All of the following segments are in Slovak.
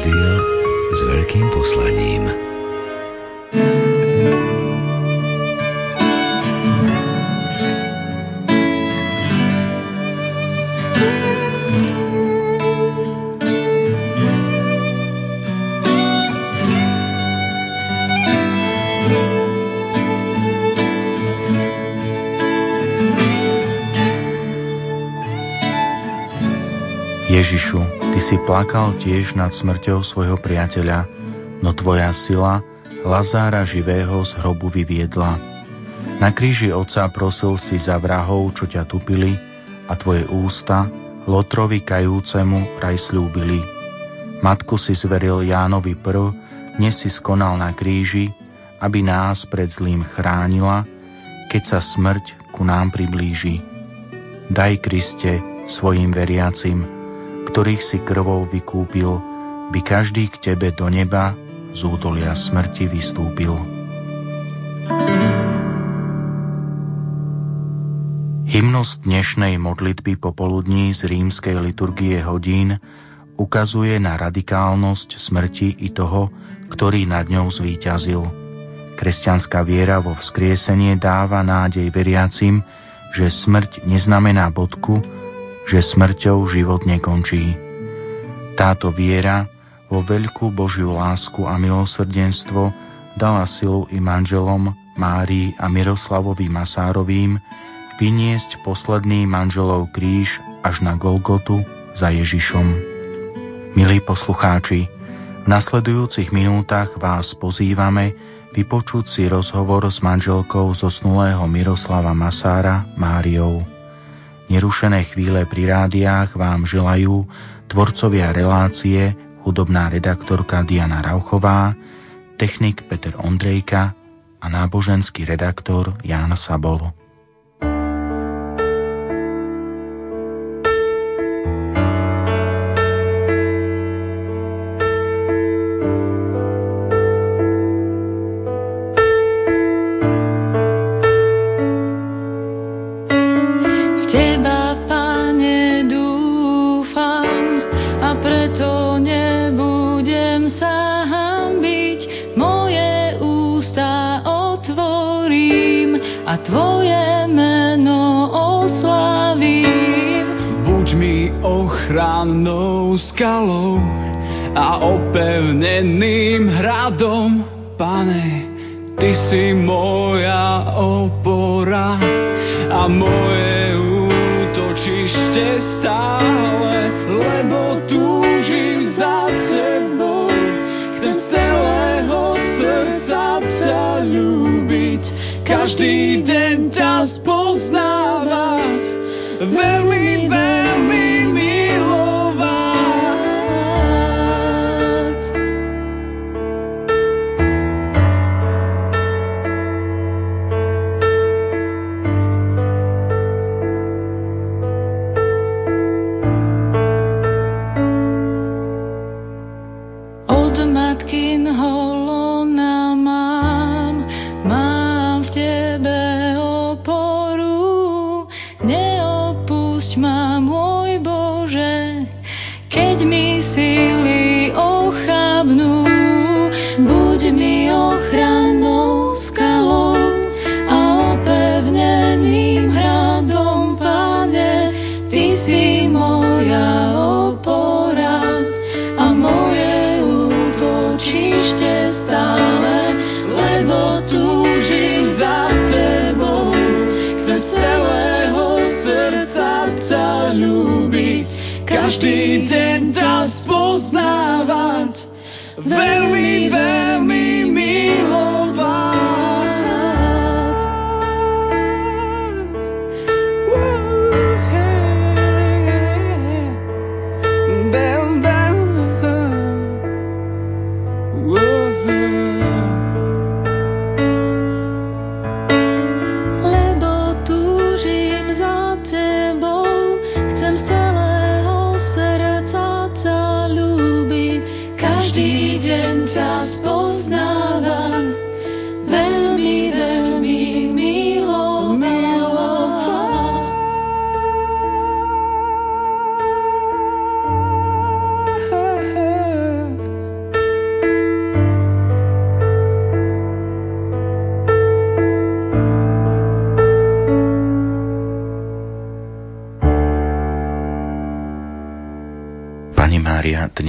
rádio s veľkým poslaním. Ježišu, Ty si plakal tiež nad smrťou svojho priateľa, no Tvoja sila Lazára živého z hrobu vyviedla. Na kríži Otca prosil si za vrahov, čo ťa tupili, a Tvoje ústa Lotrovi kajúcemu raj sľúbili. Matku si zveril Jánovi prv, dnes si skonal na kríži, aby nás pred zlým chránila, keď sa smrť ku nám priblíži. Daj, Kriste, svojim veriacim, ktorých si krvou vykúpil, by každý k Tebe do neba z údolia smrti vystúpil. Hymnus dnešnej modlitby popoludní z rímskej liturgie hodín ukazuje na radikálnosť smrti i toho, ktorý nad ňou zvíťazil. Kresťanská viera vo vzkriesenie dáva nádej veriacim, že smrť neznamená bodku, že smrťou život nekončí. Táto viera vo veľkú Božiu lásku a milosrdenstvo dala silu i manželom Márii a Miroslavovi Masárovým vyniesť posledný manželov kríž až na Golgotu za Ježišom. Milí poslucháči, v nasledujúcich minútach vás pozývame vypočuť si rozhovor s manželkou zosnulého Miroslava Masára, Máriou. Nerušené chvíle pri rádiách vám želajú tvorcovia relácie, hudobná redaktorka Diana Rauchová, technik Peter Ondrejka a náboženský redaktor Ján Sabol. Tvoje meno oslavím. Buď mi ochrannou skalou a opevneným hradom, Pane, Ty si moja opora a moje útočište stále, lebo túžim za Tebou, chcem z celého srdca ťa ľúbiť, každý deň ťa spoznávať, veľmi, veľmi milovať. Od matkinho lona mám v Tebe oporu, neopusť ma, môj Bože, keď mi sily ochabnú. Buď mi ochrannou skalou a opevneným hradom, Pane, Ty si moja opora a moje útočište stále, lebo túžim za Tebou, chcem z celého srdca ťa ľúbiť, každý deň ťa spoznávať, veľmi, veľmi milovať. Lebo túžim za Tebou, chcem z celého srdca ťa ľúbiť, každý deň ťa spoznávať, veľmi, veľmi milovať.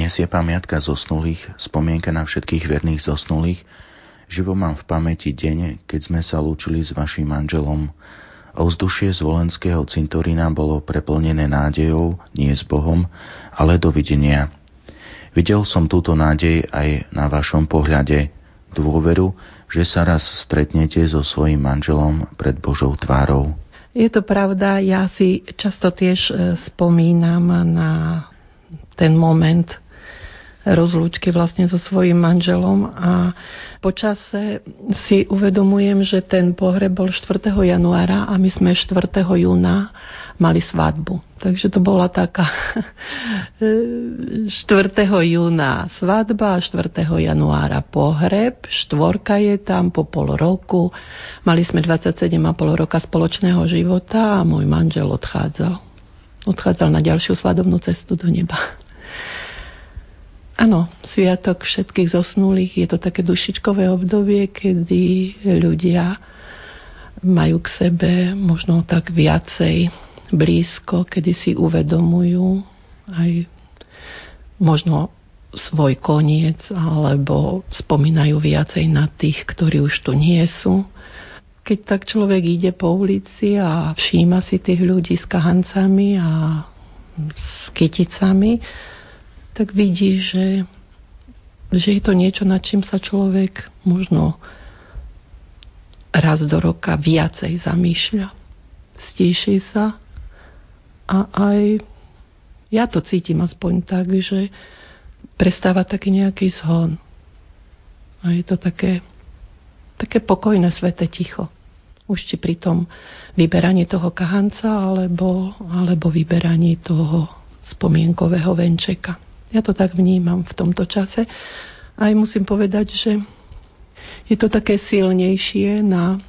Dnes je pamiatka zosnulých, spomienka na všetkých verných zosnulých. Živo mám v pamäti deň, keď sme sa lúčili s vašim manželom. Ovzdušie z volenského cintorína bolo preplnené nádejou, nie s Bohom, ale dovidenia. Videl som túto nádej aj na vašom pohľade, dôveru, že sa raz stretnete so svojím manželom pred Božou tvárou. Je to pravda, ja si často tiež spomínam na ten moment rozlúčky vlastne so svojím manželom a po čase si uvedomujem, že ten pohreb bol 4. januára a my sme 4. júna mali svadbu. Takže to bola taká 4. júna svadba a 4. januára pohreb. 4 je tam po pol roku. Mali sme 27,5 roka spoločného života a môj manžel odchádzal. Odchádzal na ďalšiu svadobnú cestu do neba. Áno, sviatok všetkých zosnulých je to také dušičkové obdobie, kedy ľudia majú k sebe možno tak viacej blízko, kedy si uvedomujú aj možno svoj koniec, alebo spomínajú viacej na tých, ktorí už tu nie sú. Keď tak človek ide po ulici a všíma si tých ľudí s kahancami a s kyticami, tak vidí, že je to niečo, nad čím sa človek možno raz do roka viacej zamýšľa. Stíši sa a aj ja to cítim aspoň tak, že prestáva taký nejaký zhon. A je to také pokojné, sveté ticho. Už či pri tom vyberaní toho kahanca, alebo vyberaní toho spomienkového venčeka. Ja to tak vnímam v tomto čase. Aj musím povedať, že je to také silnejšie na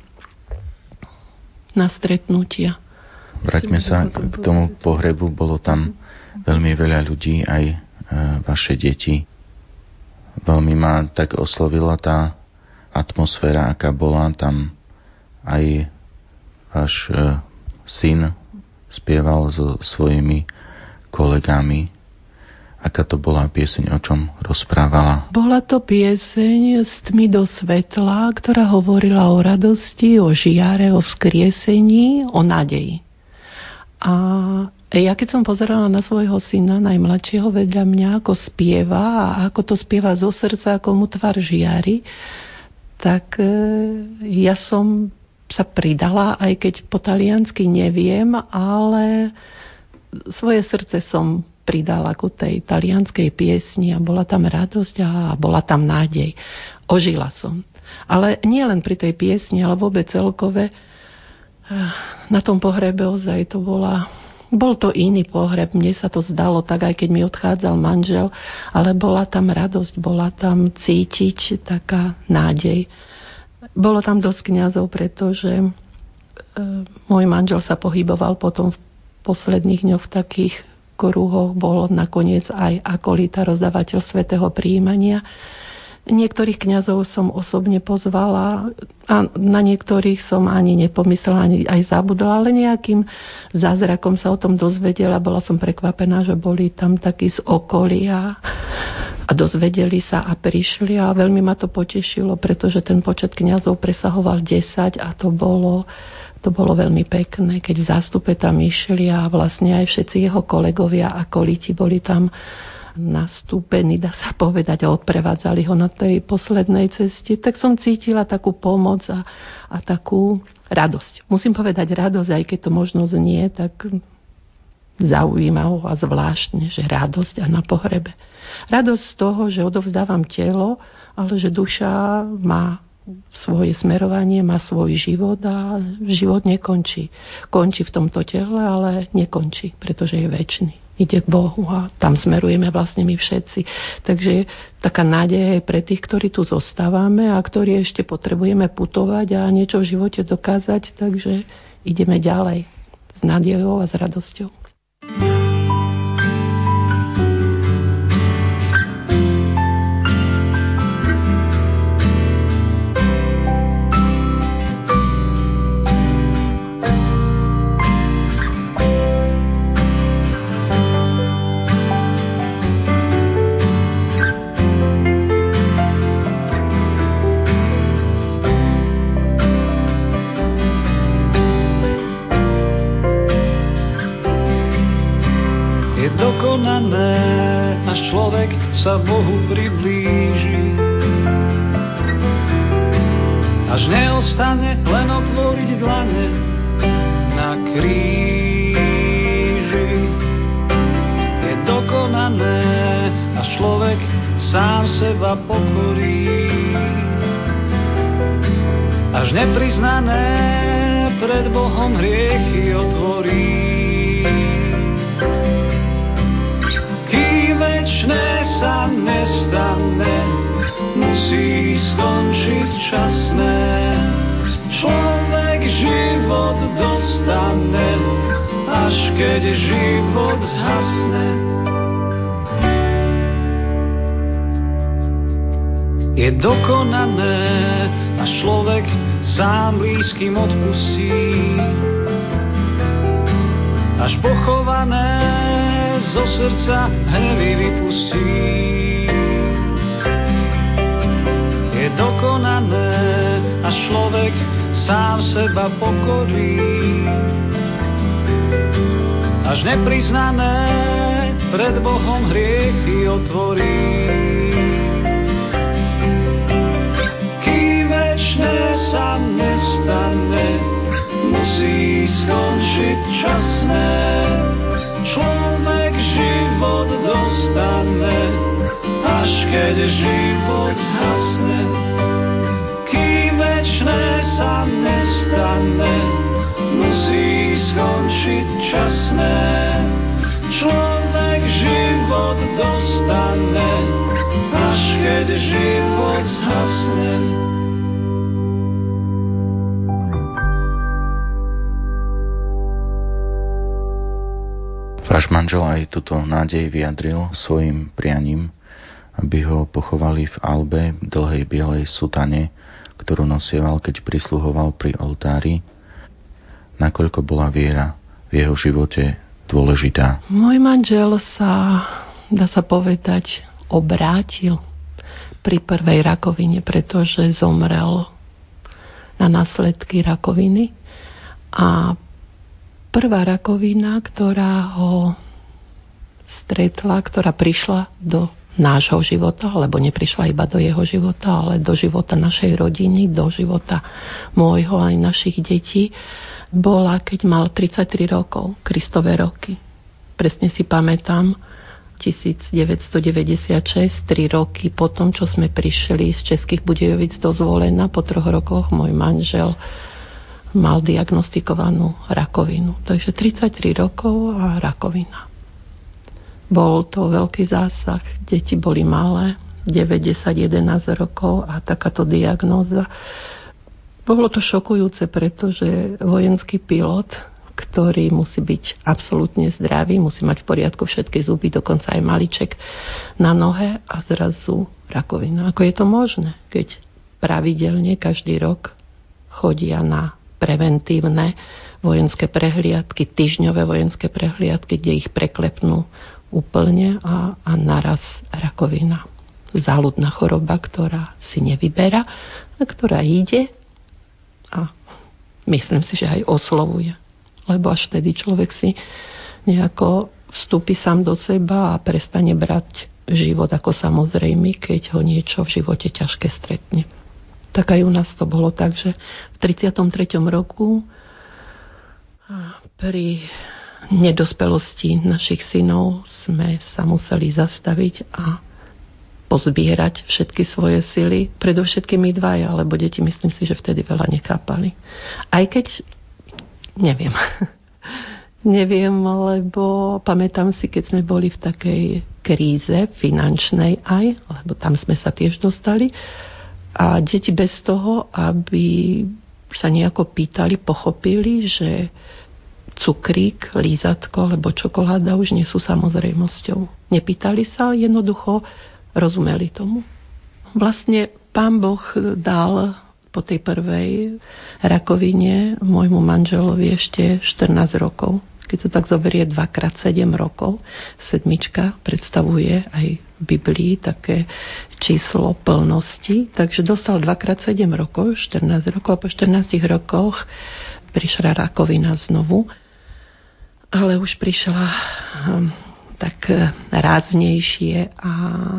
stretnutia. Vráťme sa k tomu pohrebu. Bolo tam veľmi veľa ľudí, aj vaše deti. Veľmi ma tak oslovila tá atmosféra, aká bola. Tam aj váš syn spieval so svojimi kolegami. Aká to bola pieseň, o čom rozprávala? Bola to pieseň Z tmy do svetla, ktorá hovorila o radosti, o žiare, o vzkriesení, o nádeji. A ja keď som pozerala na svojho syna, najmladšieho vedľa mňa, ako spieva a ako to spieva zo srdca, ako mu tvar žiari, tak ja som sa pridala, aj keď po taliansky neviem, ale svoje srdce som pridala ku tej talianskej piesni a bola tam radosť a bola tam nádej. Ožila som. Ale nie len pri tej piesni, ale vôbec celkové na tom pohrebe ozaj to bol to iný pohreb. Mne sa to zdalo tak, aj keď mi odchádzal manžel, ale bola tam radosť, bola tam cítiť taká nádej. Bolo tam dosť kňazov, pretože môj manžel sa pohyboval potom v posledných dňoch v takých kruhoch, bol nakoniec aj akolita, rozdávateľ svätého prijímania. Niektorých kňazov som osobne pozvala a na niektorých som ani nepomyslela, ani aj zabudla, ale nejakým zázrakom sa o tom dozvedela. Bola som prekvapená, že boli tam takí z okolia a dozvedeli sa a prišli a veľmi ma to potešilo, pretože ten počet kňazov presahoval 10 a to bolo veľmi pekné, keď v zástupe tam išli a vlastne aj všetci jeho kolegovia a kolíti boli tam nastúpení, dá sa povedať, a odprevádzali ho na tej poslednej ceste. Tak som cítila takú pomoc a takú radosť. Musím povedať radosť, aj keď to možno znie tak zaujímavo a zvláštne, že radosť a na pohrebe. Radosť z toho, že odovzdávam telo, ale že duša má svoje smerovanie, má svoj život a život nekončí. Končí v tomto tele, ale nekončí, pretože je večný. Ide k Bohu a tam smerujeme vlastne my všetci. Takže taká nádej aj pre tých, ktorí tu zostávame a ktorí ešte potrebujeme putovať a niečo v živote dokázať, takže ideme ďalej s nádejou a s radosťou. sa Bohu priblíži. Až neostane len otvoriť dlane na kríži. Je dokonané, až človek sám seba pokorí. Až nepriznané pred Bohom hriechy otvorí. Kým večné sa nestane, musí skončiť časné. Človek život dostane, až keď život zhasne. Je dokonané, až človek sám blízkym odpustí. Až pochované zo srdca hnevy vypustí. Je dokonané, až človek sám seba pokorí. Až nepriznané pred Bohom hriechy otvorí. Kým večné sa nestane, musí skončiť časné. Človek život dostane, až keď život zhasne. Kým večné sa nestane, musí skončiť časné. Človek život dostane, až keď život zhasne. Váš manžel aj túto nádej vyjadril svojim prianím, aby ho pochovali v albe dlhej bielej sutane, ktorú nosieval, keď prisluhoval pri oltári. Nakoľko bola viera v jeho živote dôležitá? Môj manžel sa, dá sa povedať, obrátil pri prvej rakovine, pretože zomrel na následky rakoviny. A prvá rakovina, ktorá ho stretla, ktorá prišla do nášho života, alebo neprišla iba do jeho života, ale do života našej rodiny, do života môjho aj našich detí, bola, keď mal 33 rokov, Kristové roky. Presne si pamätám, 1996, 3 roky po tom, čo sme prišli z Českých Budějovic do Zvolena, po 3 rokoch môj manžel mal diagnostikovanú rakovinu. Takže 33 rokov a rakovina. Bol to veľký zásah. Deti boli malé, 9, 10, 11 rokov a takáto diagnóza. Bolo to šokujúce, pretože vojenský pilot, ktorý musí byť absolútne zdravý, musí mať v poriadku všetky zuby, dokonca aj maliček na nohe a zrazu rakovina. Ako je to možné, keď pravidelne každý rok chodia na preventívne vojenské prehliadky, týždňové vojenské prehliadky, kde ich preklepnú úplne a naraz rakovina. Záľudná choroba, ktorá si nevyberá a ktorá ide a myslím si, že aj oslovuje. Lebo až vtedy človek si nejako vstúpi sám do seba a prestane brať život ako samozrejmy, keď ho niečo v živote ťažké stretne. Tak aj u nás to bolo tak, že v 33. roku pri nedospelosti našich synov sme sa museli zastaviť a pozbierať všetky svoje sily. Predovšetkým my dvaja, lebo deti myslím si, že vtedy veľa nekápali. Aj keď neviem. Neviem, lebo pamätám si, keď sme boli v takej kríze finančnej aj, lebo tam sme sa tiež dostali. A deti bez toho, aby sa nejako pýtali, pochopili, že cukrík, lízatko alebo čokoláda už nie sú samozrejmosťou. Nepýtali sa, jednoducho rozumeli tomu. Vlastne Pán Boh dal po tej prvej rakovine môjmu manželovi ešte 14 rokov. Keď sa tak zoberie 2x7 rokov, 7 predstavuje aj v Biblii také číslo plnosti, takže dostal 2x7 rokov, 14 rokov a po 14 rokoch prišla rakovina znovu, ale už prišla tak ráznejšie a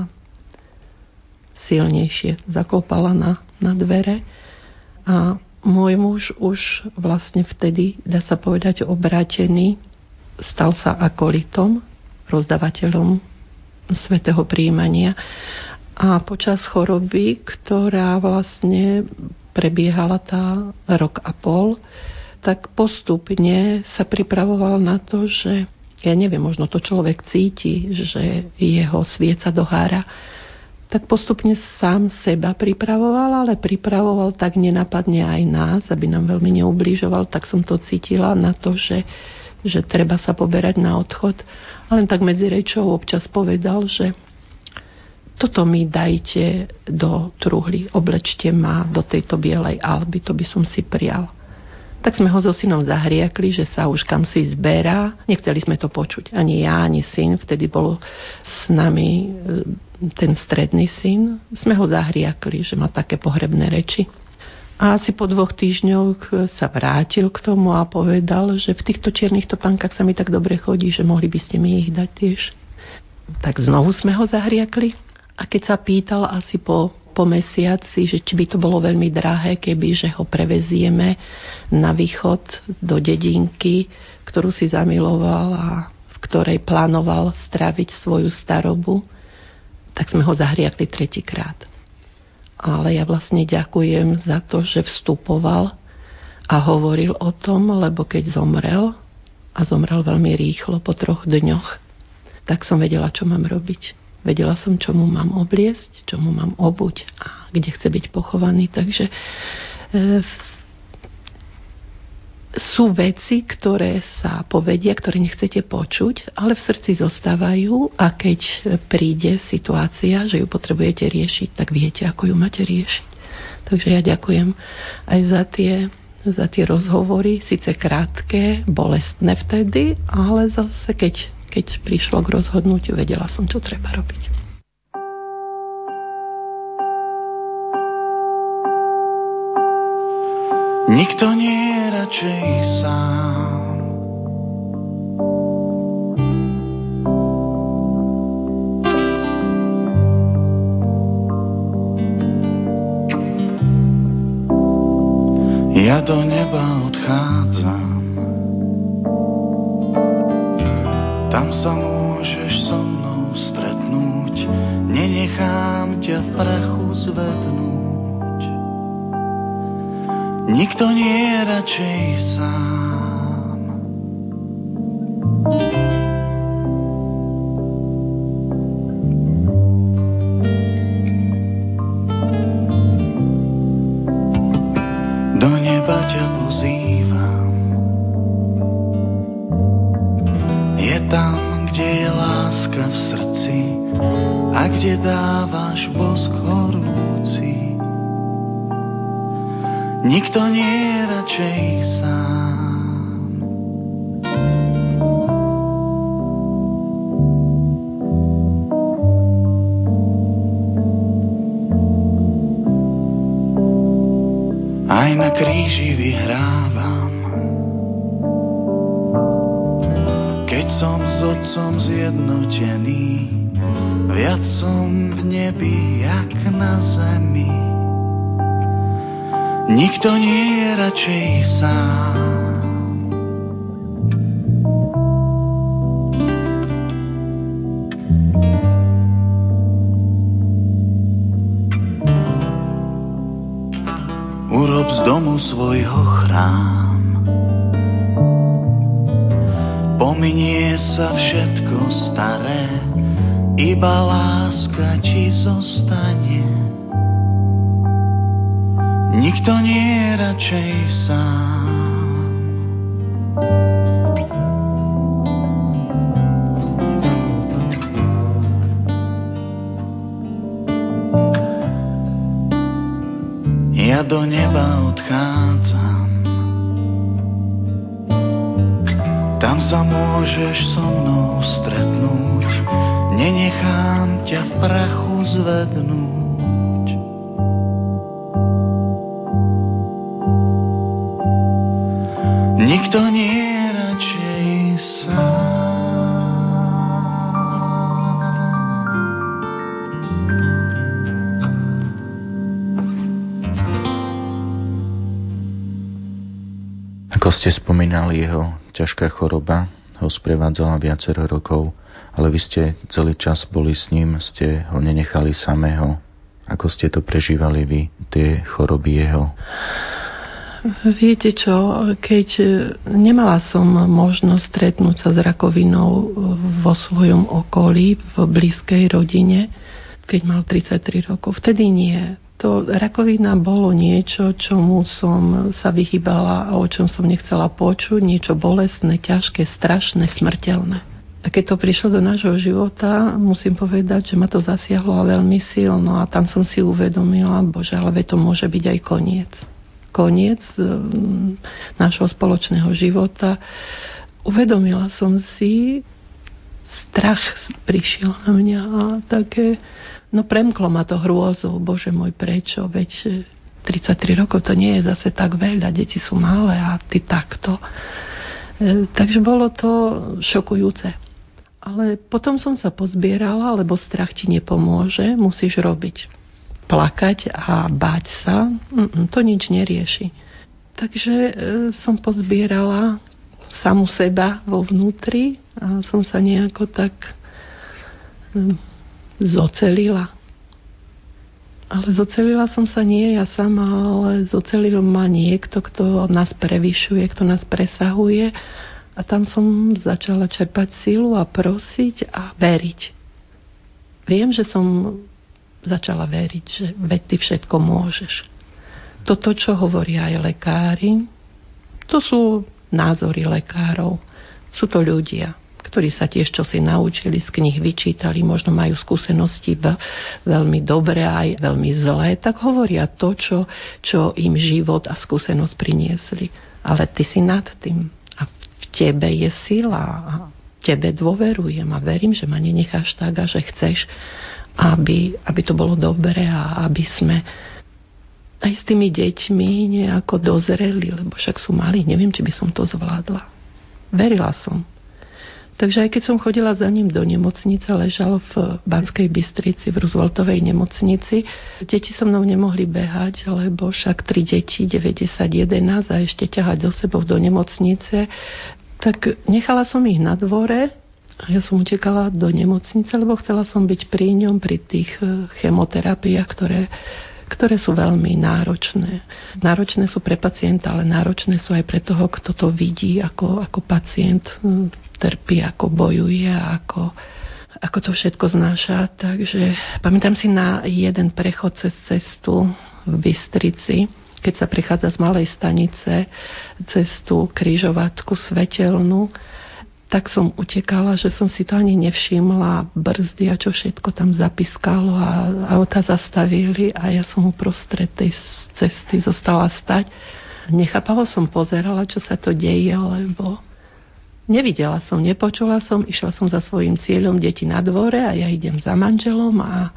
silnejšie zaklopala na dvere. A môj muž už vlastne vtedy, dá sa povedať, obrátený, stal sa akolitom, rozdavateľom svätého prijímania. A počas choroby, ktorá vlastne prebiehala tá rok a pol, tak postupne sa pripravoval na to, že ja neviem, možno to človek cíti, že jeho svieca dohára, tak postupne sám seba pripravoval, ale pripravoval tak nenapadne aj nás, aby nám veľmi neublížoval, tak som to cítila na to, že treba sa poberať na odchod. A len tak medzi rečou občas povedal, že toto mi dajte do truhly, oblečte ma do tejto bielej alby, to by som si prial. Tak sme ho so synom zahriakli, že sa už kam si zberá. Nechceli sme to počuť, ani ja, ani syn. Vtedy bol s nami ten stredný syn. Sme ho zahriakli, že má také pohrebné reči. A asi po 2 týždňoch sa vrátil k tomu a povedal, že v týchto čiernych topánkach sa mi tak dobre chodí, že mohli by ste mi ich dať tiež. Tak znovu sme ho zahriakli. A keď sa pýtal asi po mesiaci, že či by to bolo veľmi drahé, keby že ho prevezieme na východ do dedinky, ktorú si zamiloval a v ktorej plánoval stráviť svoju starobu, tak sme ho zahriakli 3-krát. Ale ja vlastne ďakujem za to, že vstupoval a hovoril o tom, lebo keď zomrel, a zomrel veľmi rýchlo po 3 dňoch, tak som vedela, čo mám robiť. Vedela som, čo mu mám obliecť, čo mu mám obuť a kde chce byť pochovaný. Takže sú veci, ktoré sa povedia, ktoré nechcete počuť, ale v srdci zostávajú a keď príde situácia, že ju potrebujete riešiť, tak viete, ako ju máte riešiť. Takže ja ďakujem aj za tie rozhovory, síce krátke, bolestné vtedy, ale zase keď prišlo k rozhodnutiu, vedela som, čo treba robiť. Nikto nie je radšej sám. Ja do neba odchádzam. Tam sa môžeš so mnou stretnúť, nenechám ťa v prachu zvednúť. Nikto nie je radšej sám. Do neba ťa pozývam. Je tam, kde je láska v srdci a kde dávaš bosk horúci. Nikto nie je radšej sám. Aj na kríži vyhrávam. Keď som s Otcom zjednotený, viac som v nebi, jak na zemi. Nikto nie je radšej sám. Urob z domu svojho chrám. Pominie sa všetko staré, iba láska ti zostane. Nikto nie je radšej sám. Ja do neba odchádzam. Tam sa môžeš so mnou stretnúť, nenechám ťa v prachu zvednúť. Nikto nie je radšej sám. Ako ste spomínali, jeho ťažká choroba ho sprevádzala viacero rokov, ale vy ste celý čas boli s ním, ste ho nenechali samého. Ako ste to prežívali vy, tie choroby jeho? Viete čo, keď nemala som možnosť stretnúť sa s rakovinou vo svojom okolí, v blízkej rodine, keď mal 33 rokov, vtedy nie. To rakovina bolo niečo, čomu som sa vyhýbala a o čom som nechcela počuť, niečo bolestné, ťažké, strašné, smrteľné. A keď to prišlo do nášho života, musím povedať, že ma to zasiahlo a veľmi silno a tam som si uvedomila, bože, ale to môže byť aj koniec. Koniec nášho spoločného života. Uvedomila som si, strach prišiel na mňa a také, premklo ma to hrôzou, bože môj, prečo, veď 33 rokov to nie je zase tak veľa, deti sú malé a ty takto. Takže bolo to šokujúce. Ale potom som sa pozbierala, lebo strach ti nepomôže, musíš robiť. Plakať a báť sa, to nič nerieši. Takže som pozbierala samu seba vo vnútri a som sa nejako tak zocelila. Ale zocelila som sa nie ja sama, ale zocelil ma niekto, kto nás prevyšuje, kto nás presahuje. A tam som začala čerpať silu a prosiť a veriť. Viem, že som začala veriť, že veď ty všetko môžeš. Toto, čo hovoria aj lekári, to sú názory lekárov. Sú to ľudia, ktorí sa tiež čosi naučili, z knih vyčítali, možno majú skúsenosti veľmi dobré aj veľmi zlé, tak hovoria to, čo im život a skúsenosť priniesli. Ale ty si nad tým. A v tebe je sila. A tebe dôverujem a verím, že ma nenecháš tak a že chceš, aby to bolo dobré a aby sme aj s tými deťmi nejako dozreli, lebo však sú malí, neviem, či by som to zvládla. Verila som. Takže aj keď som chodila za ním do nemocnice, ležal v Banskej Bystrici, v Rooseveltovej nemocnici, deti so mnou nemohli behať, lebo však 3 deti, 90, 11 a ešte ťahať so sebou do nemocnice, tak nechala som ich na dvore a ja som utekala do nemocnice, lebo chcela som byť pri ňom, pri tých chemoterapiách, ktoré sú veľmi náročné. Náročné sú pre pacienta, ale náročné sú aj pre toho, kto to vidí, ako pacient trpí, ako bojuje, ako to všetko znáša. Takže pamätám si na jeden prechod cez cestu v Bystrici, keď sa prichádza z malej stanice cez tú križovatku svetelnú, tak som utekala, že som si to ani nevšimla, brzdy a čo všetko tam zapiskalo a auta zastavili a ja som uprostred tej cesty zostala stať. Nechápavo som pozerala, čo sa to deje, lebo nevidela som, nepočula som, išla som za svojím cieľom, deti na dvore a ja idem za manželom a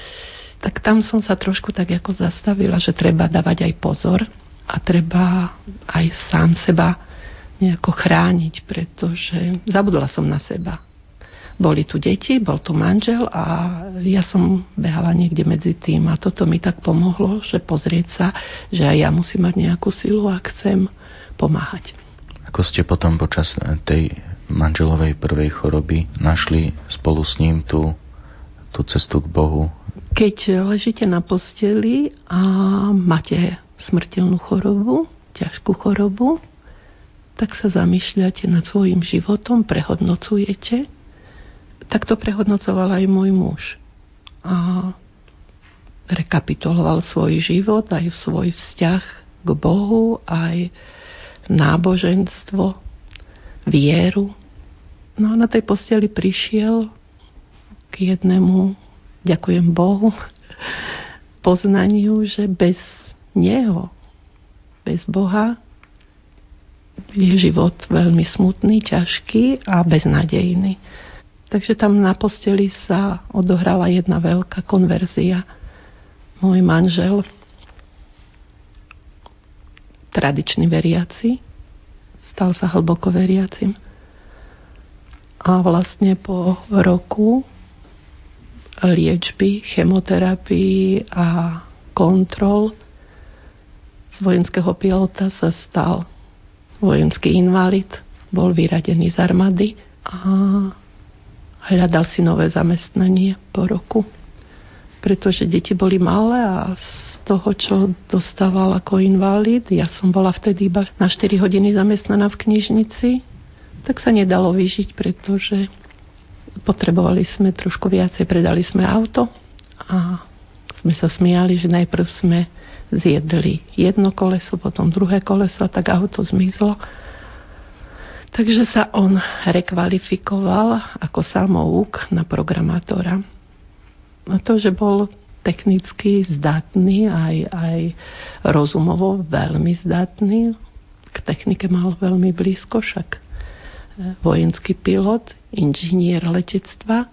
tak tam som sa trošku tak ako zastavila, že treba dávať aj pozor a treba aj sám seba nejako chrániť, pretože zabudla som na seba. Boli tu deti, bol tu manžel a ja som behala niekde medzi tým a toto mi tak pomohlo, že pozrieť sa, že aj ja musím mať nejakú silu a chcem pomáhať. Ako ste potom počas tej manželovej prvej choroby našli spolu s ním tú cestu k Bohu? Keď ležíte na posteli a máte smrteľnú chorobu, ťažkú chorobu, tak sa zamýšľate nad svojím životom, prehodnocujete. Tak to prehodnocoval aj môj muž. A rekapituloval svoj život, aj svoj vzťah k Bohu, aj náboženstvo, vieru. No a na tej posteli prišiel k jednému, ďakujem Bohu, poznaniu, že bez Neho, bez Boha je život veľmi smutný, ťažký a beznádejný. Takže tam na posteli sa odohrala jedna veľká konverzia. Môj manžel, tradičný veriaci, stal sa hlboko veriacim. A vlastne po roku liečby, chemoterapii a kontrol z vojenského pilota sa stal vojenský invalid, bol vyradený z armády a hľadal si nové zamestnanie po roku. Pretože deti boli malé a z toho, čo dostával ako invalid, ja som bola vtedy iba na 4 hodiny zamestnaná v knižnici, tak sa nedalo vyžiť, pretože potrebovali sme trošku viacej, predali sme auto a sme sa smiali, že najprv sme zjedli jedno koleso, potom druhé koleso a tak auto zmizlo. Takže sa on rekvalifikoval ako samouk na programátora. A to, že bol technicky zdatný, aj rozumovo veľmi zdatný, k technike mal veľmi blízko, však vojenský pilot, inžinier letectva,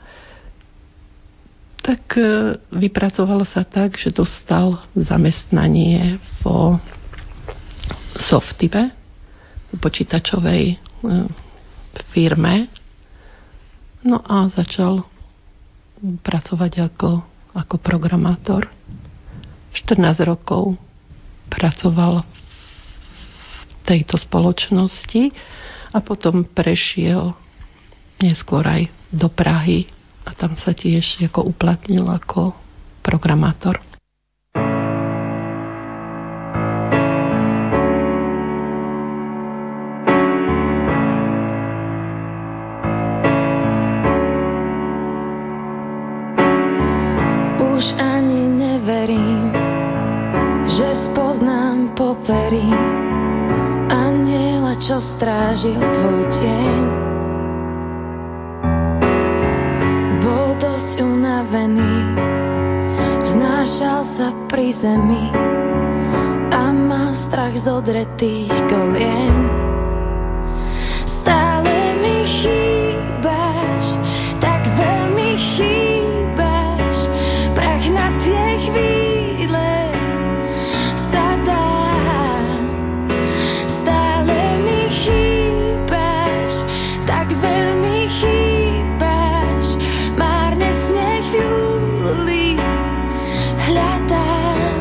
tak vypracovalo sa tak, že dostal zamestnanie vo Softive, v počítačovej firme. No a začal pracovať ako programátor. 14 rokov pracoval v tejto spoločnosti a potom prešiel neskôr aj do Prahy a tam sa tiež ako uplatnil ako programátor. Už ani neverím, že spoznám popery anjela, čo strážil tvoj tieň. Bol dosť unavený, znášal sa pri zemi a mal strach z odretých kolien. Stále mi chýbaš, tak veľmi chýbaš, prach na tie chvíle sa dá. Stále mi chýbaš, tak veľmi chýbaš, márne sneh v júli hľadám.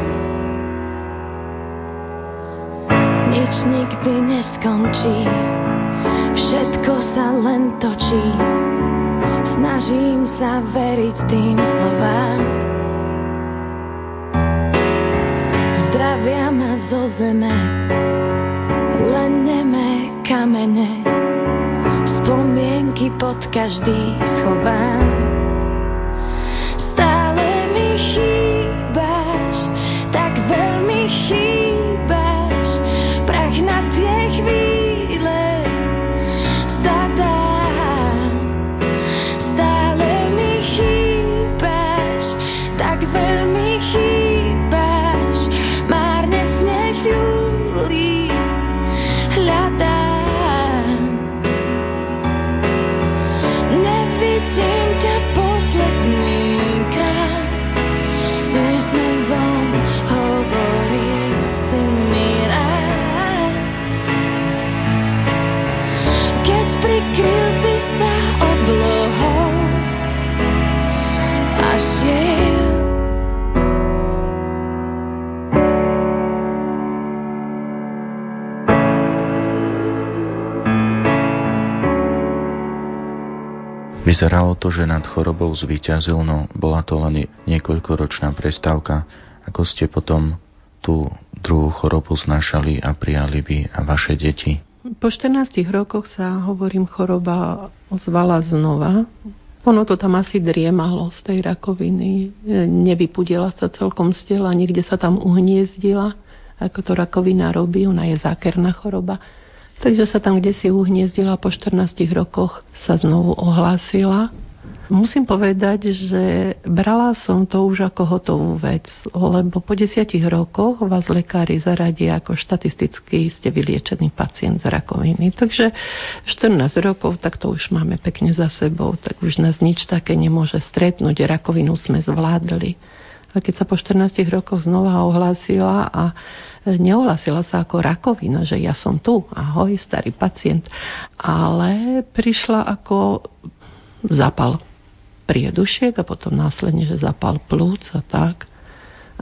Nič nikdy neskončí, všetko sa len točí, snažím sa veriť tým slovám. Zdravia ma zo zeme, len nemé kamene, spomienky pod každý schovám. Stále mi chýbaš, tak veľmi chýbaš, prach na tie chvíle sa dá. Stále mi chýbaš, tak veľmi chýbaš, márne sneh v júli hľadám. Nevidím ťa posledný krát, s úsmevom hovorí si mi rád. Keď prikryl si sa oblohou a šiel, Vyzeralo to, že nad chorobou zvíťazil, no bola to len niekoľkoročná prestávka. Ako ste potom tú druhú chorobu znášali a prijali vy a vaše deti? Po 14 rokoch sa, hovorím, choroba ozvala znova. Ono to tam asi driemalo z tej rakoviny. Nevypudila sa celkom z tela, niekde sa tam uhniezdila, ako to rakovina robí, ona je zákerná choroba. Takže sa tam kdesi uhniezdila, po 14 rokoch sa znovu ohlásila. Musím povedať, že brala som to už ako hotovú vec, lebo po 10 rokoch vás lekári zaradia ako štatisticky ste vyliečený pacient z rakoviny. Takže 14 rokov, tak to už máme pekne za sebou, tak už nás nič také nemôže stretnúť, rakovinu sme zvládli. A keď sa po 14 rokoch znova ohlásila a neohlásila sa ako rakovina, že ja som tu, ahoj, starý pacient, ale prišla ako zápal priedušiek a potom následne, že zápal plúc a tak.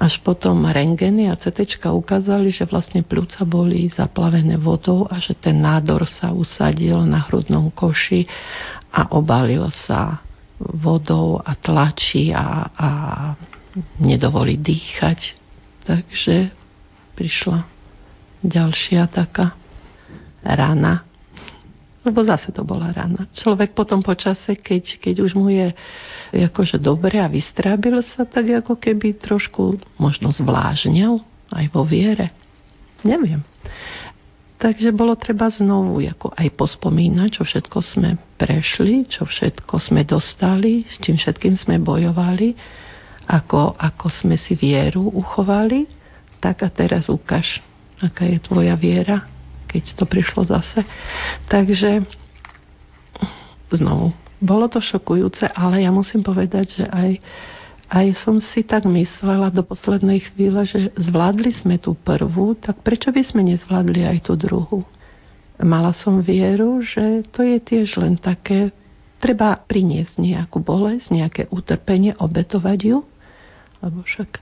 Až potom rentgeny a CTčka ukázali, že vlastne pľúca boli zaplavené vodou a že ten nádor sa usadil na hrudnom koši a obalil sa vodou a tlačí a nedovolí dýchať. Takže prišla ďalšia taká rana. Lebo zase to bola rana. Človek potom po čase, keď už mu je akože dobre a vystrábil sa, tak ako keby trošku možno zvlážnil aj vo viere. Neviem. Takže bolo treba znovu ako aj pospomínať, čo všetko sme prešli, čo všetko sme dostali, s čím všetkým sme bojovali, ako sme si vieru uchovali. Tak a teraz ukáž, aká je tvoja viera, keď to prišlo zase. Takže znovu, bolo to šokujúce, ale ja musím povedať, že aj som si tak myslela do poslednej chvíle, že zvládli sme tú prvú, tak prečo by sme nezvládli aj tú druhú? Mala som vieru, že to je tiež len také, treba priniesť nejakú bolesť, nejaké utrpenie, obetovať ju, lebo však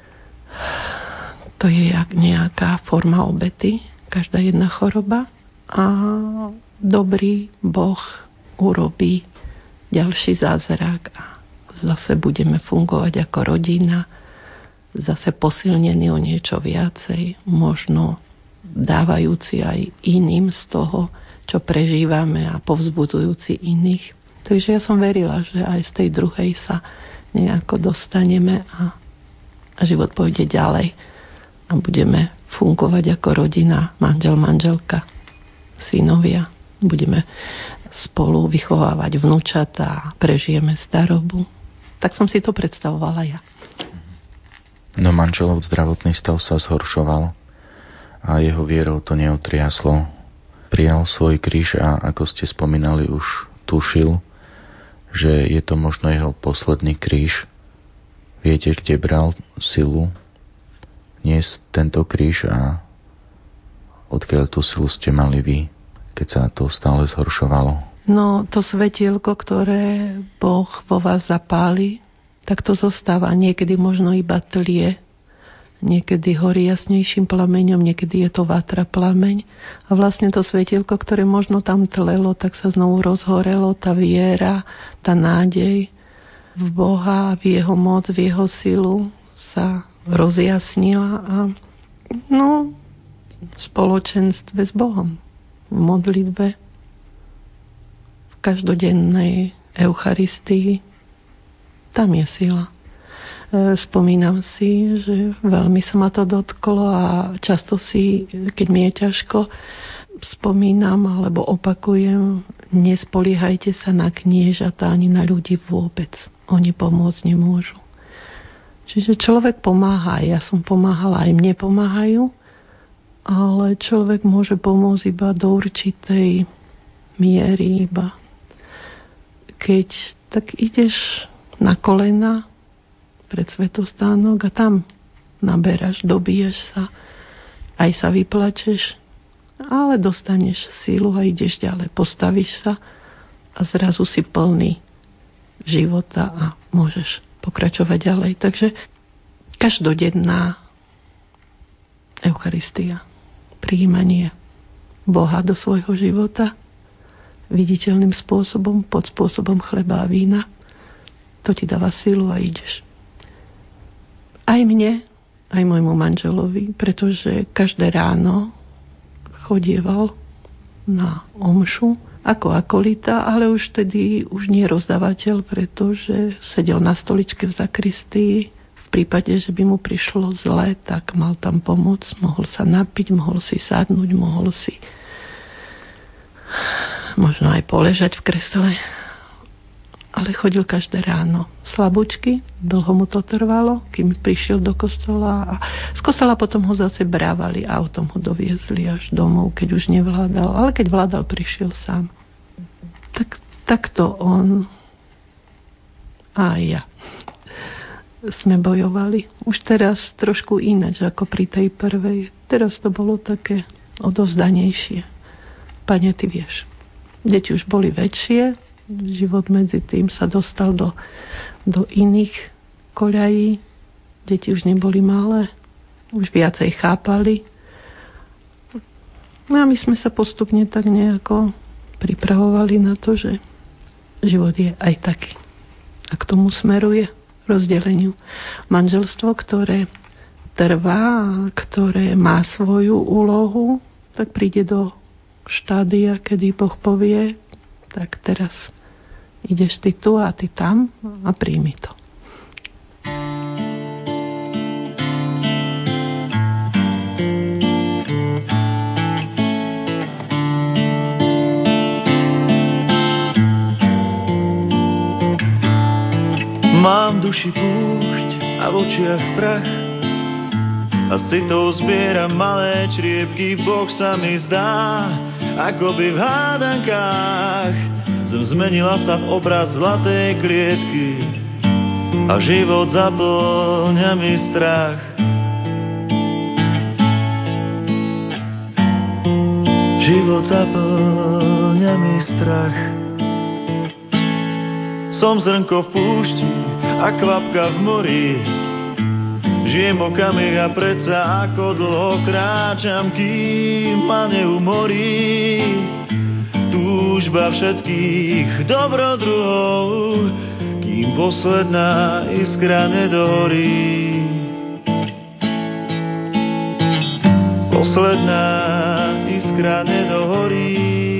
to je jak nejaká forma obety, každá jedna choroba, a dobrý Boh urobí ďalší zázrak a zase budeme fungovať ako rodina, zase posilnení o niečo viacej, možno dávajúci aj iným z toho, čo prežívame a povzbudzujúci iných. Takže ja som verila, že aj z tej druhej sa nejako dostaneme a život pôjde ďalej a budeme fungovať ako rodina, manžel, manželka, synovia. Budeme spolu vychovávať vnúčatá, prežijeme starobu. Tak som si to predstavovala ja. No manželov zdravotný stav sa zhoršoval a jeho vierou to neotriaslo. Prijal svoj kríž a ako ste spomínali, už tušil, že je to možno jeho posledný kríž. Viete, kde bral silu niesť tento kríž a odkiaľ tú silu ste mali vy, keď sa to stále zhoršovalo? No, to svetielko, ktoré Boh vo vás zapáli, tak to zostáva. Niekedy možno iba tlie, niekedy horí jasnejším plameňom, niekedy je to vatra plameň. A vlastne to svetielko, ktoré možno tam tlelo, tak sa znovu rozhorelo, tá viera, tá nádej v Boha, v jeho moc, v jeho silu sa rozjasnila a v spoločenstve s Bohom, v modlitbe, v každodennej Eucharistii, tam je sila. Spomínam si, že veľmi sa ma to dotklo a často si, keď mi je ťažko, spomínam alebo opakujem, nespoliehajte sa na kniežatá ani na ľudí vôbec. Oni pomôcť nemôžu. Čiže človek pomáha, ja som pomáhala, aj mne pomáhajú, ale človek môže pomôcť iba do určitej miery, iba keď tak ideš na kolena pred svätostánok a tam naberáš, dobiješ sa, aj sa vyplačeš, ale dostaneš sílu a ideš ďalej, postavíš sa a zrazu si plný života a môžeš pokračovať ďalej. Takže každodenná Eucharistia, prijímanie Boha do svojho života viditeľným spôsobom, pod spôsobom chleba a vína, to ti dáva silu a ideš. Aj mne, aj môjmu manželovi, pretože každé ráno chodieval na omšu ako akolita, ale už tedy už nie rozdávateľ, pretože sedel na stoličke v zakristii. V prípade, že by mu prišlo zle, tak mal tam pomôcť, mohol sa napiť, mohol si sadnúť, mohol si možno aj poležať v kresle. Ale chodil každé ráno slabúčky, dlho mu to trvalo, kým prišiel do kostola a z kostola potom ho zase brávali, autom ho doviezli až domov, keď už nevládal, ale keď vládal, prišiel sám. Takto on a ja sme bojovali. Už teraz trošku ináč ako pri tej prvej. Teraz to bolo také odovzdanejšie. Pane, ty vieš. Deti už boli väčšie, život medzi tým sa dostal do iných koľají. Deti už neboli malé, už viacej chápali. No a my sme sa postupne tak nejako pripravovali na to, že život je aj taký. A k tomu smeruje rozdeleniu. Manželstvo, ktoré trvá, ktoré má svoju úlohu, tak príde do štádia, kedy Boh povie, tak teraz ideš ty tu a ty tam a príjmi to. Mám v duši púšť a v očiach prach a s citou zbieram malé čriepky. Boh sa mi zdá, ako by v hádankách zem zmenila sa v obraz zlatej klietky a život zaplňa mi strach. Život zaplňa mi strach. Som zrnko v púšti a kvapka v mori. Žijem okamih a predsa ako dlho kráčam, kým ma neumorí túžba všetkých dobrodruhov, kým posledná iskra nedohorí. Posledná iskra nedohorí.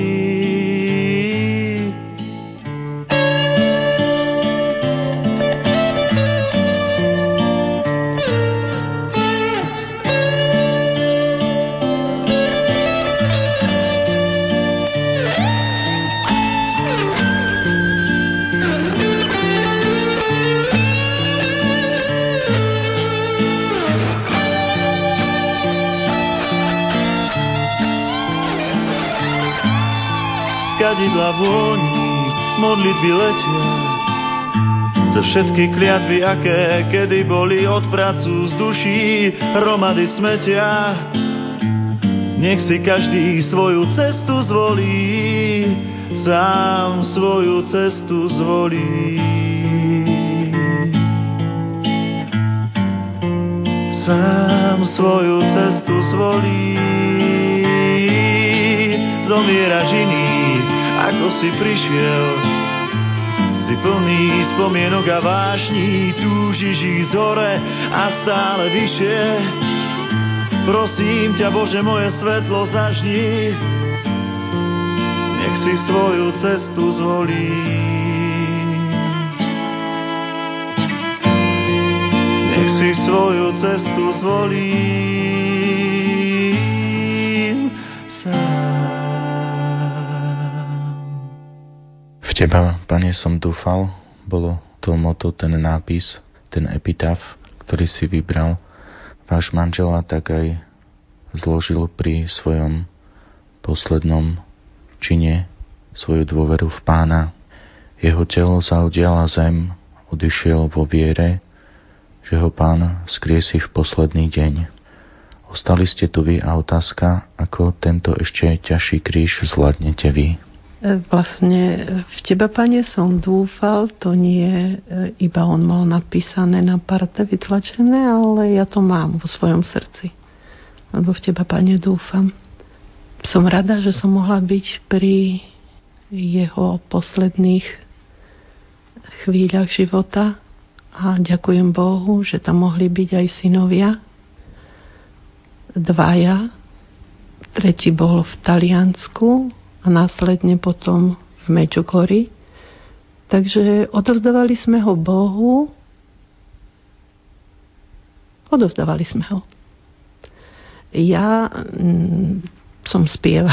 Kadidla vôni, modlitby letia, za všetky kliatby, aké kedy boli, od pracu z duší hromady smetia. Nech si každý svoju cestu zvolí, sám svoju cestu zvolí. Sám svoju cestu zvolí. Zomieraš iný, ako si prišiel, si plný spomienok a vášní, túžiš ísť hore a stále vyššie. Prosím ťa, Bože, moje svetlo zažni, nech si svoju cestu zvolí. Nech si svoju cestu zvolí. V teba, Pane, som dúfal, bolo to motto, ten nápis, ten epitaf, ktorý si vybral. Váš manžel tak aj zložil pri svojom poslednom čine svoju dôveru v Pána. Jeho telo zaodiala zem, odišiel vo viere, že ho Pán skriesí v posledný deň. Ostali ste tu vy a otázka, ako tento ešte ťažší kríž zvládnete vy. Vlastne v teba, Pane, som dúfal, to nie iba on mal napísané na parte vytlačené, ale ja to mám vo svojom srdci. Lebo v teba, Pane, dúfam. Som rada, že som mohla byť pri jeho posledných chvíľach života a ďakujem Bohu, že tam mohli byť aj synovia. 2, 3 bol v Taliansku a následne potom v Medjugorji. Takže odovzdávali sme ho Bohu. Odovzdávali sme ho. Ja som spievala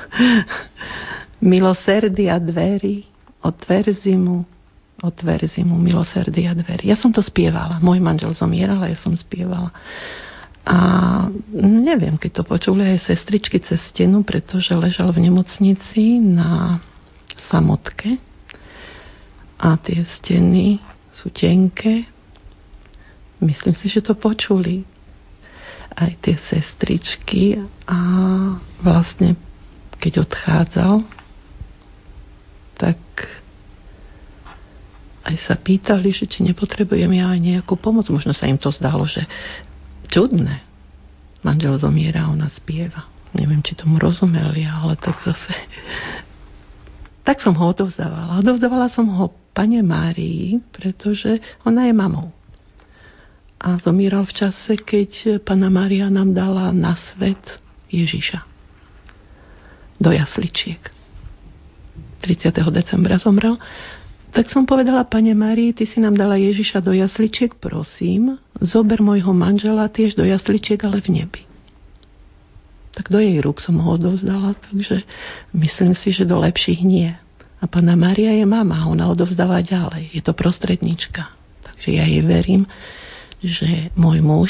Milosrdia dveri, otverzi mu milosrdia dveri. Ja som to spievala. Môj manžel zomieral a ja som spievala. A neviem, keď to počuli aj sestričky cez stenu, pretože ležal v nemocnici na samotke a tie steny sú tenké. Myslím si, že to počuli aj tie sestričky a vlastne keď odchádzal, tak aj sa pýtali, že či nepotrebujem ja aj nejakú pomoc. Možno sa im to zdalo, že čudné. Manžel zomiera, ona spieva. Neviem, či tomu rozumeli, ale tak zase... Tak som ho odovzdávala. Odovzdávala som ho Pane Márii, pretože ona je mamou. A zomíral v čase, keď Panna Mária nám dala na svet Ježiša. Do jasličiek. 30. decembra zomrel. Tak som povedala Pane Márii, ty si nám dala Ježiša do jasličiek, prosím, zober môjho manžela tiež do jasličiek, ale v nebi. Tak do jej rúk som ho odovzdala, takže myslím si, že do lepších nie. A Panna Mária je mama, ona odovzdáva ďalej. Je to prostredníčka. Takže ja jej verím, že môj muž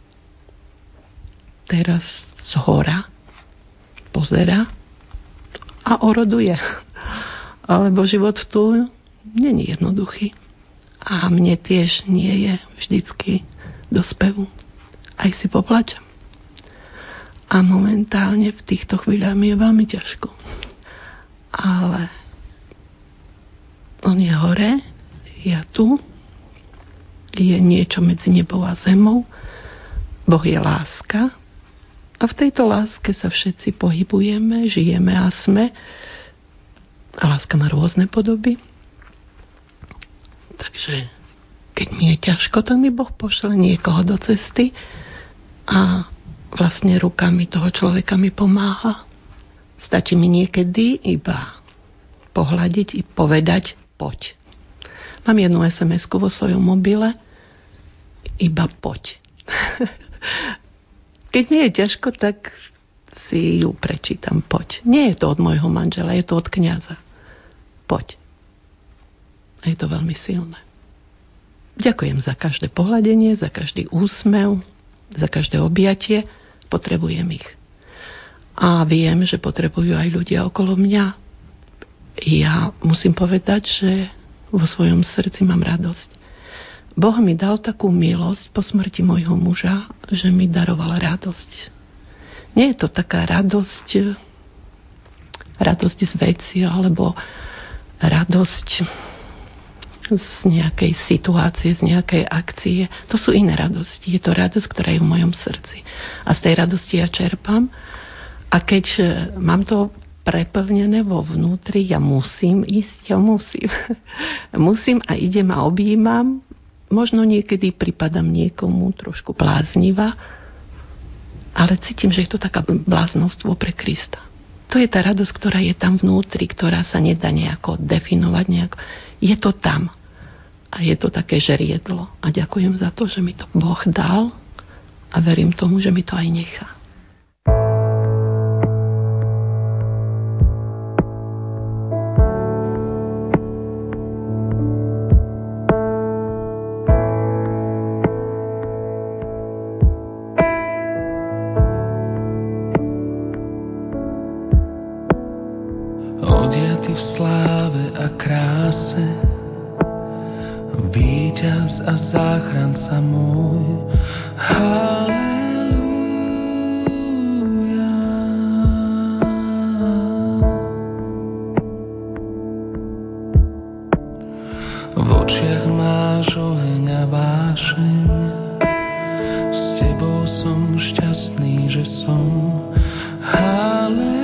teraz zhora pozerá a oroduje. Alebo život tu není jednoduchý. A mne tiež nie je vždycky do spevu. Aj si poplačem. A momentálne v týchto chvíľach mi je veľmi ťažko. Ale on je hore, ja tu. Je niečo medzi nebou a zemou. Boh je láska. A v tejto láske sa všetci pohybujeme, žijeme a sme. A láska má rôzne podoby. Takže keď mi je ťažko, tak mi Boh pošle niekoho do cesty a vlastne rukami toho človeka mi pomáha. Stačí mi niekedy iba pohľadiť i povedať poď. Mám jednu SMS-ku vo svojom mobile, iba poď. Keď mi je ťažko, tak si ju prečítam, poď. Nie je to od môjho manžela, je to od kňaza. Poď. A je to veľmi silné. Ďakujem za každé pohľadenie, za každý úsmev, za každé objatie. Potrebujem ich. A viem, že potrebujú aj ľudia okolo mňa. Ja musím povedať, že vo svojom srdci mám radosť. Boh mi dal takú milosť po smrti môjho muža, že mi daroval radosť. Nie je to taká radosť z veci, alebo radosť z nejakej situácie, z nejakej akcie. To sú iné radosti. Je to radosť, ktorá je v mojom srdci. A z tej radosti ja čerpám. A keď mám to preplnené vo vnútri, ja musím ísť, musím a idem a objímam. Možno niekedy pripadám niekomu trošku bláznivá, ale cítim, že je to taká bláznostvo pre Krista. To je tá radosť, ktorá je tam vnútri, ktorá sa nedá nejako definovať. Je to tam. A je to také žeriedlo. A ďakujem za to, že mi to Boh dal a verím tomu, že mi to aj nechá. V sláve a kráse, víťaz a záchranca môj. Halelúja. V očiach máš oheň a vášeň, s tebou som šťastný, že som. Halelúja.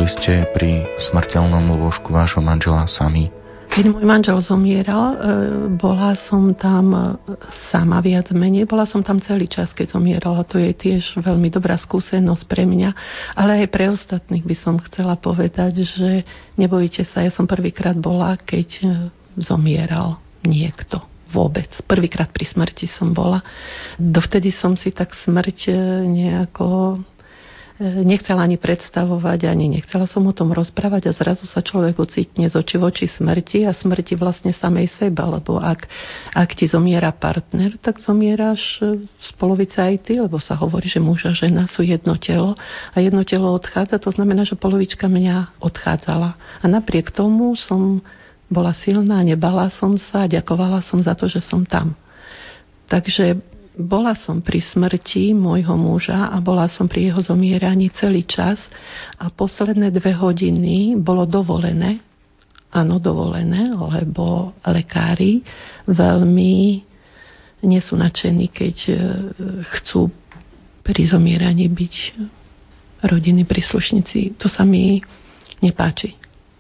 ste pri smrteľnom lôžku vášho manžela sami? Keď môj manžel zomieral, bola som tam sama viac menej. Bola som tam celý čas, keď zomieral. A to je tiež veľmi dobrá skúsenosť pre mňa. Ale aj pre ostatných by som chcela povedať, že nebojte sa, ja som prvýkrát bola, keď zomieral niekto. Vôbec. Prvýkrát pri smrti som bola. Dovtedy som si tak smrť nejako nechcela ani predstavovať, ani nechcela som o tom rozprávať a zrazu sa človek ocitne z očí v oči smrti a smrti vlastne samej seba, lebo ak ti zomiera partner, tak zomieráš z polovice aj ty, lebo sa hovorí, že muž a žena sú jedno telo a jedno telo odchádza, to znamená, že polovička mňa odchádzala. A napriek tomu som bola silná, nebala som sa a ďakovala som za to, že som tam. Takže bola som pri smrti môjho muža a bola som pri jeho zomieraní celý čas a posledné 2 hodiny bolo dovolené, áno, dovolené, lebo lekári veľmi nie sú nadšení, keď chcú pri zomieraní byť rodinní príslušníci. To sa mi nepáči.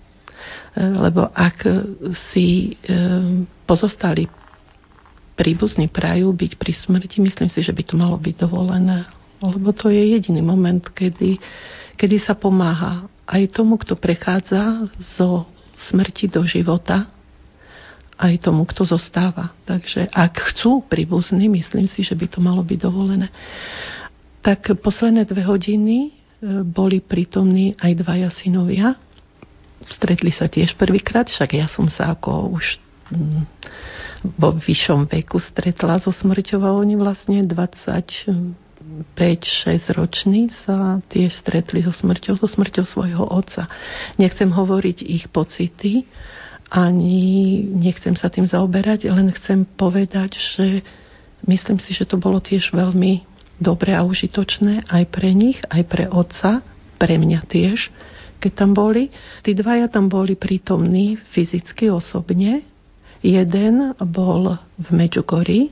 Lebo ak si pozostali príbuzní prajú byť pri smrti, myslím si, že by to malo byť dovolené. Lebo to je jediný moment, kedy sa pomáha aj tomu, kto prechádza zo smrti do života, aj tomu, kto zostáva. Takže ak chcú príbuzní, myslím si, že by to malo byť dovolené. Tak posledné 2 hodiny boli prítomní aj 2 synovia. Stretli sa tiež prvýkrát, však ja som sa ako už vo vyššom veku stretla so smrťou a oni vlastne 25-6 roční sa tiež stretli so smrťou svojho otca. Nechcem hovoriť ich pocity, ani nechcem sa tým zaoberať, len chcem povedať, že myslím si, že to bolo tiež veľmi dobré a užitočné aj pre nich, aj pre otca, pre mňa tiež, keď tam boli. Tí 2 tam boli prítomní fyzicky, osobne. Jeden bol v Medjugorji,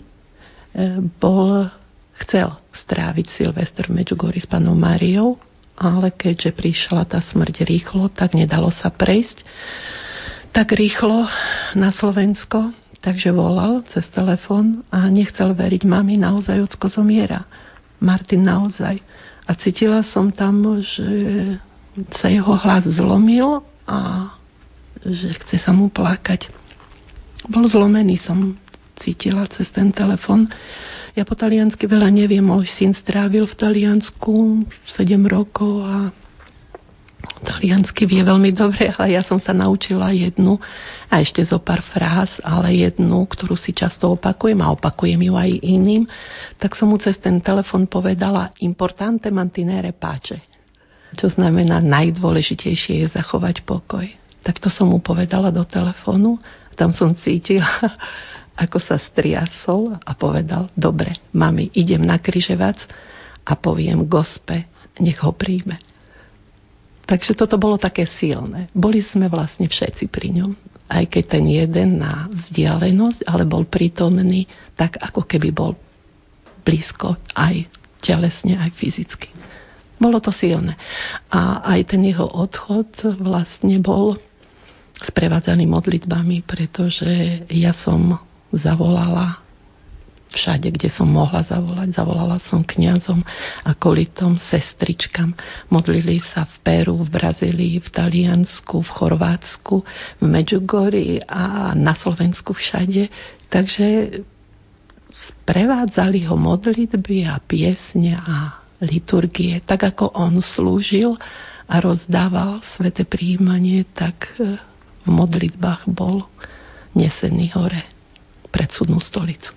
chcel stráviť Silvester v Medjugorji s panou Máriou, ale keďže prišla tá smrť rýchlo, tak nedalo sa prejsť tak rýchlo na Slovensko, takže volal cez telefón a nechcel veriť, mami, naozaj ocko zomiera. Martin, naozaj. A cítila som tam, že sa jeho hlas zlomil a že chce sa mu plakať. Bol zlomený, som cítila cez ten telefon. Ja po taliansky veľa neviem, môj syn strávil v Taliansku 7 rokov a taliansky vie veľmi dobre, ale ja som sa naučila jednu a ešte zo pár fráz, ale jednu, ktorú si často opakujem a opakujem ju aj iným, tak som mu cez ten telefon povedala importante mantenere pace, čo znamená najdôležitejšie je zachovať pokoj. Tak to som mu povedala do telefónu. Tam som cítila, ako sa striasol a povedal, dobre, mami, idem na Križevac a poviem gospe, nech ho príjme. Takže toto bolo také silné. Boli sme vlastne všetci pri ňom. Aj keď ten jeden na vzdialenosť, ale bol prítomný tak, ako keby bol blízko aj telesne, aj fyzicky. Bolo to silné. A aj ten jeho odchod vlastne bol sprevádzaný modlitbami, pretože ja som zavolala všade, kde som mohla zavolať. Zavolala som kňazom, akolitom, sestričkám. Modlili sa v Peru, v Brazílii, v Taliansku, v Chorvátsku, v Medjugorji a na Slovensku všade. Takže sprevádzali ho modlitby a piesne a liturgie. Tak ako on slúžil a rozdával sväté prijímanie, tak v modlitbách bol nesený hore pred súdnu stolicu.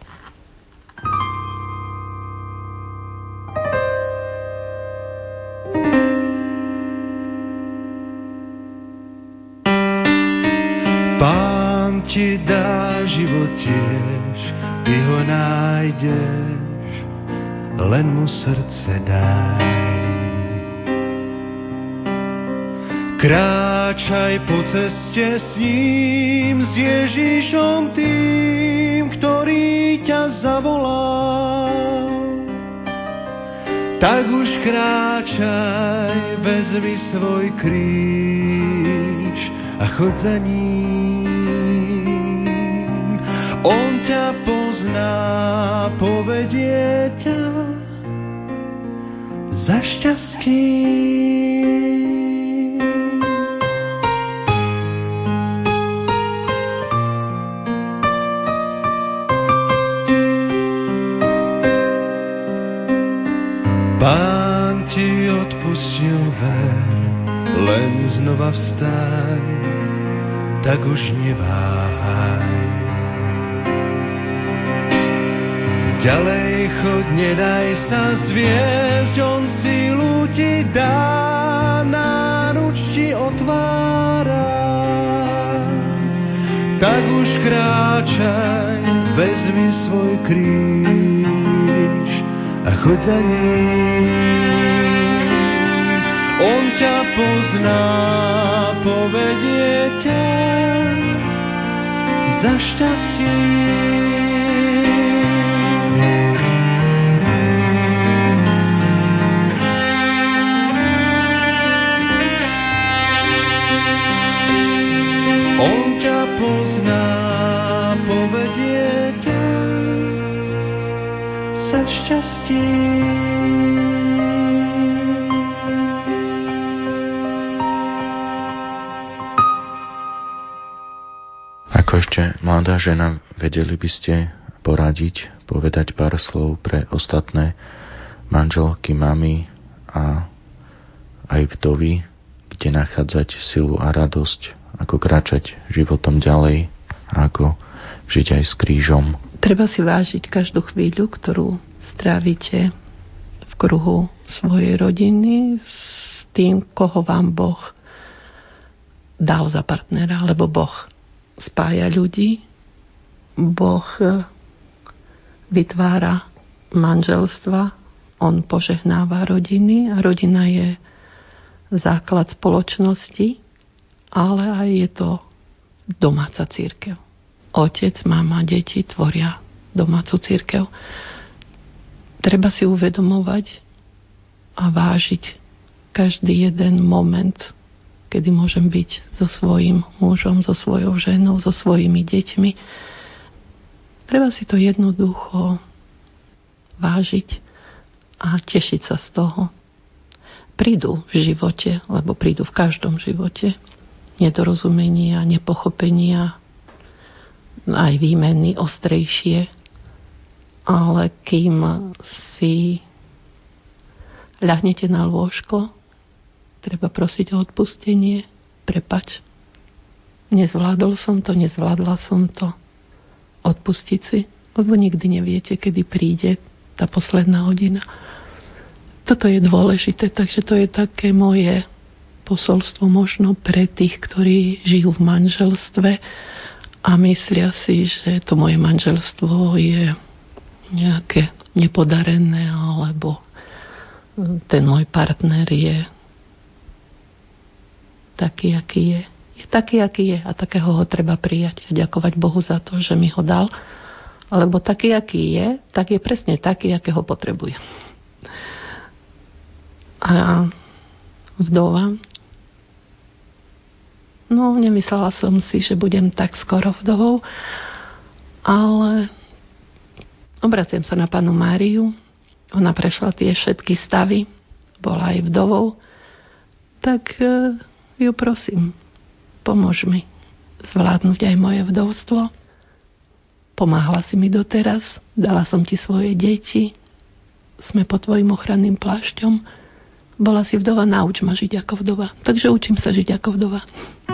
Pán ti dá život tiež, ty ho nájdeš, len mu srdce daj. Kráčaj po ceste s ním, s Ježišom tým, ktorý ťa zavolá. Tak už kráčaj, vezmi svoj kríž a choď za ním. On ťa pozná, povedie ťa za šťastím. Pán ti odpustil, ver, len znova vstaň, tak už neváhaj. Ďalej choď, nedaj sa zviesť, on sílu ti dá, náruč ti otvára. Tak už kráčaj, vezmi svoj kríž a choď za ním. On ťa pozná, povedie ťa za šťastím. On ťa pozná, povedie ťa za šťastím. Ako ešte mladá žena, vedeli by ste poradiť, povedať pár slov pre ostatné manželky, mamy a aj vdovy, kde nachádzať silu a radosť, ako kráčať životom ďalej a ako žiť aj s krížom. Treba si vážiť každú chvíľu, ktorú strávite v kruhu svojej rodiny s tým, koho vám Boh dal za partnera, lebo Boh spája ľudí, Boh vytvára manželstva, on požehnáva rodiny a rodina je základ spoločnosti, ale aj je to domáca cirkev. Otec, mama, deti tvoria domácu cirkev. Treba si uvedomovať a vážiť každý jeden moment, kedy môžem byť so svojím mužom, so svojou ženou, so svojimi deťmi. Treba si to jednoducho vážiť a tešiť sa z toho. Prídu v živote, lebo prídu v každom živote, nedorozumenia, nepochopenia, aj výmeny ostrejšie, ale kým si ľahnete na lôžko, treba prosiť o odpustenie, prepač. Nezvládol som to, nezvládla som to. Odpustiť si, lebo nikdy neviete, kedy príde tá posledná hodina. Toto je dôležité, takže to je také moje posolstvo možno pre tých, ktorí žijú v manželstve a myslia si, že to moje manželstvo je nejaké nepodarené, alebo ten môj partner je taký, aký je. Je taký, aký je a takého ho treba prijať a ďakovať Bohu za to, že mi ho dal, lebo taký, aký je, tak je presne taký, akého potrebuje. A vdova, no nemyslela som si, že budem tak skoro vdovou, ale obraciam sa na Pannu Máriu, ona prešla tie všetky stavy, bola aj vdovou, tak ju prosím, pomôž mi zvládnuť aj moje vdovstvo. Pomáhala si mi doteraz, dala som ti svoje deti, sme pod tvojim ochranným plášťom. Bola si vdova, nauč ma žiť ako vdova. Takže učím sa žiť ako vdova.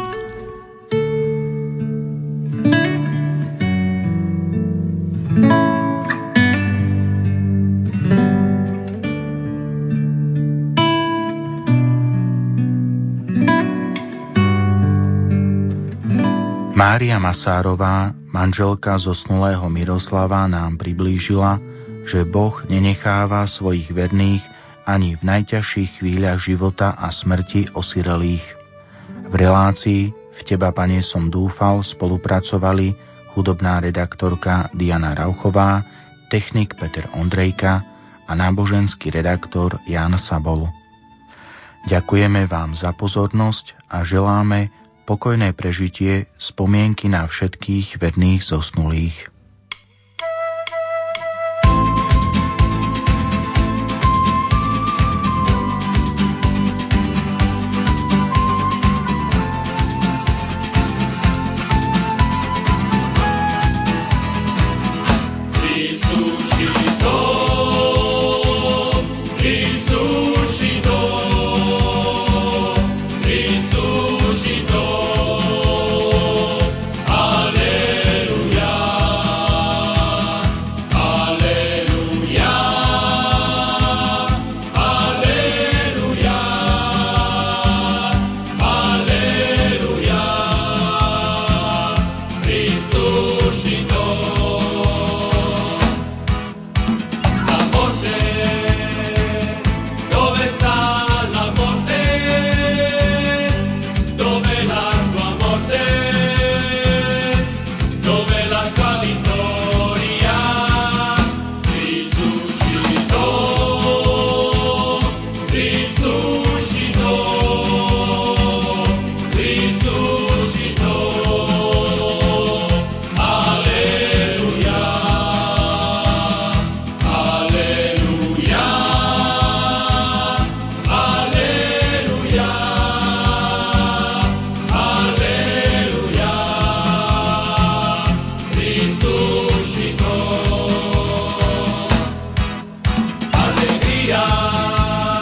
Mária Masárová, manželka zosnulého Miroslava, nám priblížila, že Boh nenecháva svojich verných ani v najťažších chvíľach života a smrti osirelých. V relácii V teba, Pane, som dúfal spolupracovali hudobná redaktorka Diana Rauchová, technik Peter Ondrejka a náboženský redaktor Ján Sabol. Ďakujeme vám za pozornosť a želáme pokojné prežitie spomienky na všetkých verných zosnulých.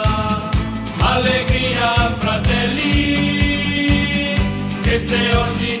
Fratelli, che se oggi